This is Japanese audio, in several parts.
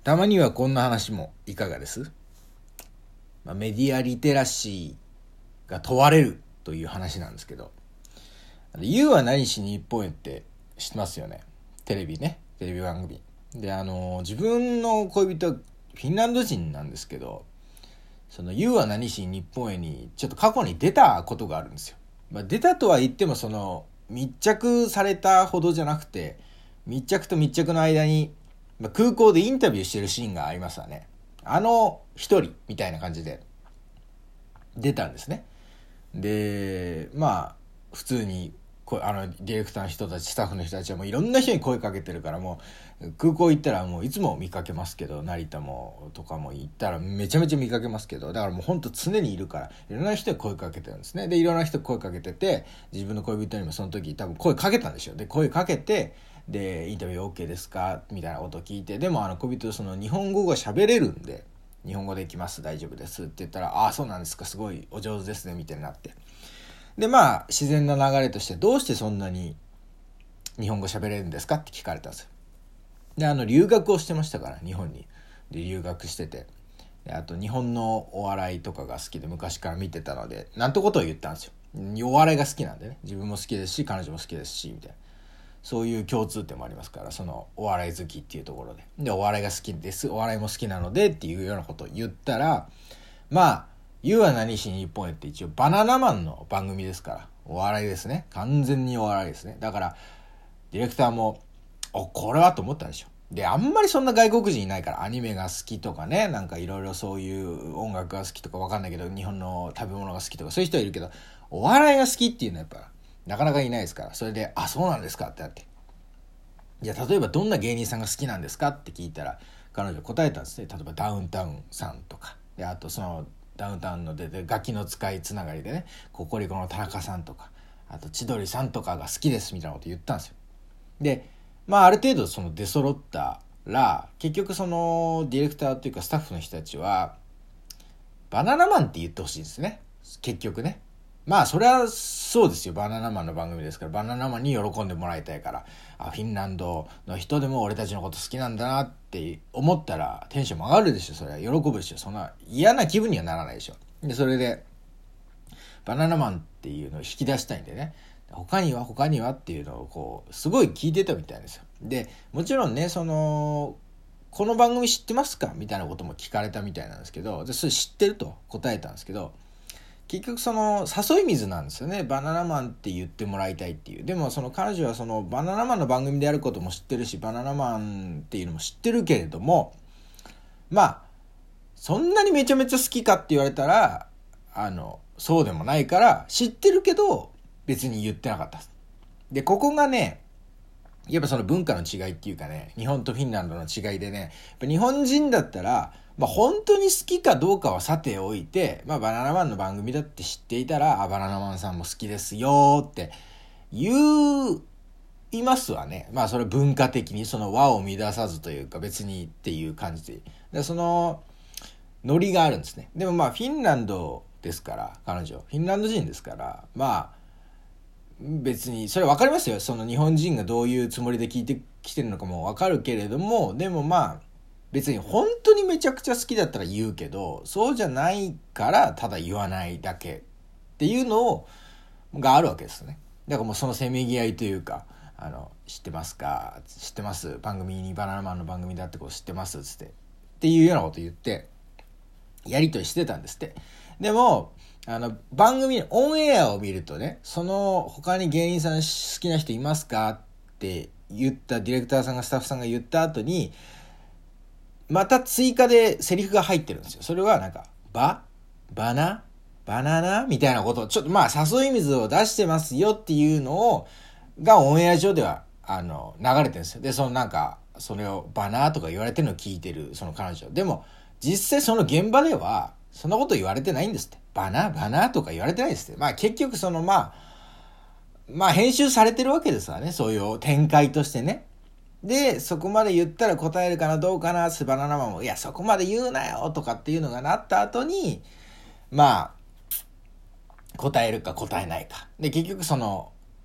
たまにはこんな話もいかがです？メディアリテラシーが問われるという話なんですけど、You は何しに日本へって知ってますよね。テレビ番組で、自分の恋人はフィンランド人なんですけど、その You は何しに日本へにちょっと過去に出たことがあるんですよ。出たとは言っても、その密着されたほどじゃなくて、密着と密着の間に空港でインタビューしてるシーンがありますわね。一人みたいな感じで出たんですね。で、普通にディレクターの人たち、スタッフの人たちはもういろんな人に声かけてるから、もう空港行ったらもういつも見かけますけど、成田もとかも行ったらめちゃめちゃ見かけますけど、だからもうほんと常にいるからいろんな人に声かけてるんですね。で、いろんな人に声かけてて、自分の恋人にもその時多分声かけたんでしょ。で、声かけて、で、インタビュー OK ですかみたいなことを聞いて、でも恋人その日本語が喋れるんで、日本語で行きます、大丈夫ですって言ったら、ああそうなんですか、すごいお上手ですねみたいになって、で自然な流れとして、どうしてそんなに日本語喋れるんですかって聞かれたんですよ。で、留学をしてましたから、日本にで留学してて、であと日本のお笑いとかが好きで昔から見てたので、なんてことを言ったんですよ。お笑いが好きなんでね、自分も好きですし彼女も好きですしみたいな、そういう共通点もありますから、そのお笑い好きっていうところで、お笑いが好きです、お笑いも好きなのでっていうようなことを言ったら、You は何しに日本へって一応バナナマンの番組ですから、お笑いですね。完全にお笑いですね。だからディレクターもこれはと思ったんでしょ。で、あんまりそんな外国人いないから、アニメが好きとかね、なんかいろいろそういう音楽が好きとかわかんないけど、日本の食べ物が好きとかそういう人はいるけど、お笑いが好きっていうのはやっぱなかなかいないですから。それでそうなんですかってなって、じゃあ例えばどんな芸人さんが好きなんですかって聞いたら、彼女答えたんですね。例えばダウンタウンさんとかで、あとそのダウンタウンのガキの使いつながりでね、ココリコの田中さんとか、あと千鳥さんとかが好きですみたいなこと言ったんですよ。で、ある程度その出揃ったら、結局そのディレクターというかスタッフの人たちはバナナマンって言ってほしいですね、結局ね。それはそうですよ、バナナマンの番組ですから、バナナマンに喜んでもらいたいから、フィンランドの人でも俺たちのこと好きなんだなって思ったらテンションも上がるでしょ。それは喜ぶでしょ。そんな嫌な気分にはならないでしょ。で、それでバナナマンっていうのを引き出したいんでね、他にはっていうのをすごい聞いてたみたいですよ。で、もちろんね、この番組知ってますかみたいなことも聞かれたみたいなんですけど、それ知ってると答えたんですけど、結局その誘い水なんですよね。バナナマンって言ってもらいたいっていう。でもその彼女はそのバナナマンの番組であることも知ってるし、バナナマンっていうのも知ってるけれども、そんなにめちゃめちゃ好きかって言われたらそうでもないから、知ってるけど別に言ってなかったです。で、ここがね、やっぱその文化の違いっていうかね、日本とフィンランドの違いでね、やっぱ日本人だったら本当に好きかどうかはさておいて、バナナマンの番組だって知っていたら、バナナマンさんも好きですよって言いますわね。それ文化的にその和を乱さずというか、別にっていう感じで、そのノリがあるんですね。でもフィンランドですから、彼女フィンランド人ですから、別にそれ分かりますよ。その日本人がどういうつもりで聞いてきてるのかも分かるけれども、でも別に本当にめちゃくちゃ好きだったら言うけど、そうじゃないからただ言わないだけっていうのがあるわけですね。だからもうそのせめぎ合いというか、知ってますか、知ってます、番組にバナナマンの番組だってこと知ってますつっていうようなこと言ってやりとりしてたんですって。でも番組のオンエアを見るとね、その他に芸人さん好きな人いますかって言ったディレクターさんが、スタッフさんが言った後に、また追加でセリフが入ってるんですよ。それはなんかバナナみたいなことをちょっと誘い水を出してますよっていうのがオンエア上では流れてるんですよ。で、それをバナとか言われてるのを聞いてるその彼女でも、実際その現場ではそんなこと言われてないんですって。バナとか言われてないですって。結局編集されてるわけですわね、そういう展開としてね。で、そこまで言ったら答えるかなどうかなってバナナマンも、いやそこまで言うなよとかっていうのがなった後に、答えるか答えないかで、結局その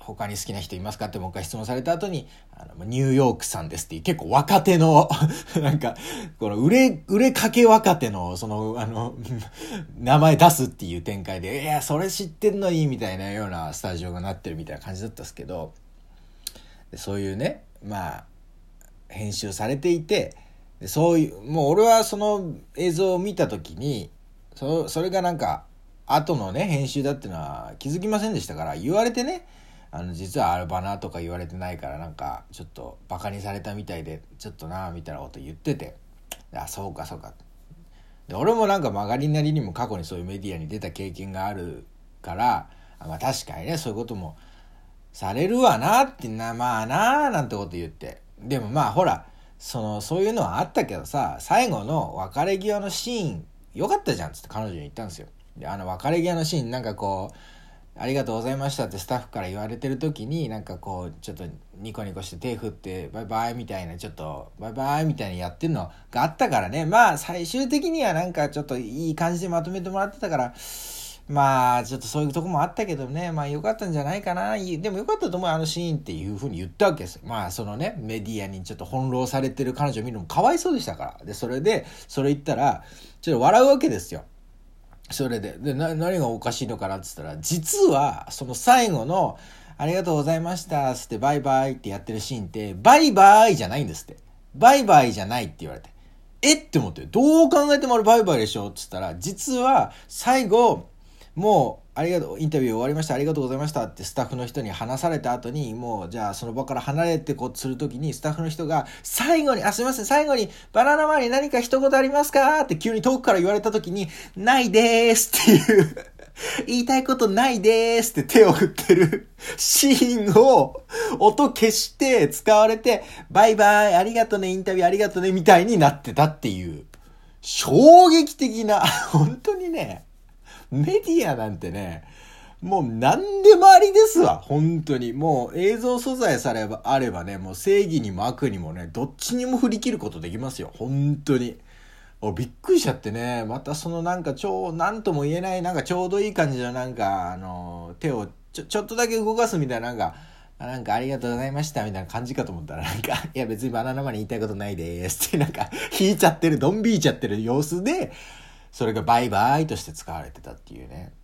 他に好きな人いますかってもう一回質問された後に、ニューヨークさんですっていう結構若手の、なんか、この売れかけ若手の、名前出すっていう展開で、いや、それ知ってんのに、みたいなようなスタジオがなってるみたいな感じだったんですけど、そういうね、編集されていて、そういう、もう俺はその映像を見たときに、それがなんか、後のね、編集だっていうのは気づきませんでしたから、言われてね、実はアルバナとか言われてないから、なんか、ちょっとバカにされたみたいで、ちょっとなみたいなこと言ってて、そうか。で、俺もなんか曲がりなりにも過去にそういうメディアに出た経験があるから、確かにね、そういうこともされるわなってなんてこと言って。でもほら、そういうのはあったけどさ、最後の別れ際のシーン、よかったじゃんっつって彼女に言ったんですよ。で、別れ際のシーン、なんかこう、ありがとうございましたってスタッフから言われてる時に、なんかこう、ちょっとニコニコして手振って、バイバイみたいな、ちょっと、バイバイみたいにやってるのがあったからね。最終的にはなんかちょっといい感じでまとめてもらってたから、ちょっとそういうとこもあったけどね、良かったんじゃないかな。でも良かったと思う、あのシーンっていう風に言ったわけですよ。そのね、メディアにちょっと翻弄されてる彼女を見るのもかわいそうでしたから。で、それ言ったら、ちょっと笑うわけですよ。それで、何がおかしいのかなって言ったら、実は、その最後の、ありがとうございました、つってバイバイってやってるシーンって、バイバイじゃないんですって。バイバイじゃないって言われて。って思って、どう考えてもあれバイバイでしょって言ったら、実は、最後、もう、インタビュー終わりました、ありがとうございましたってスタッフの人に話された後に、もう、じゃあその場から離れてするときに、スタッフの人が、最後に、すいません、最後に、バナナマンに何か一言ありますかって急に遠くから言われたときに、ないでーすっていう言いたいことないでーすって手を振ってるシーンを、音消して使われて、バイバイ、ありがとね、インタビューありがとね、みたいになってたっていう、衝撃的な、本当にね、メディアなんてね、もう何でもありですわ。本当に。もう映像素材あればね、もう正義にも悪にもね、どっちにも振り切ることできますよ。本当に。びっくりしちゃってね、またなんかなんとも言えない、なんかちょうどいい感じのなんか、手をちょっとだけ動かすみたいな、なんかありがとうございましたみたいな感じかと思ったら、なんか、いや別にバナナマンに言いたいことないですって、なんか、ドン引いちゃってる様子で、それがバイバイとして使われてたっていうね。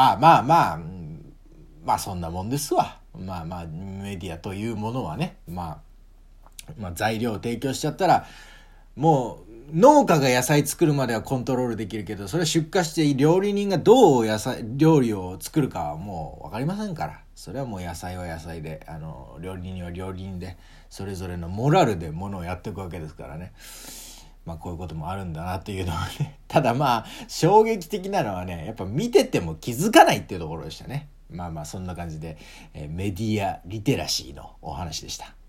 そんなもんですわ。メディアというものはね。材料を提供しちゃったら、もう、農家が野菜作るまではコントロールできるけど、それ出荷して料理人がどう料理を作るかはもうわかりませんから。それはもう野菜は野菜で、料理人は料理人で、それぞれのモラルでものをやっていくわけですからね。こういうこともあるんだなっていうのはね。ただ衝撃的なのはね、やっぱ見てても気づかないっていうところでしたね。そんな感じで、メディアリテラシーのお話でした。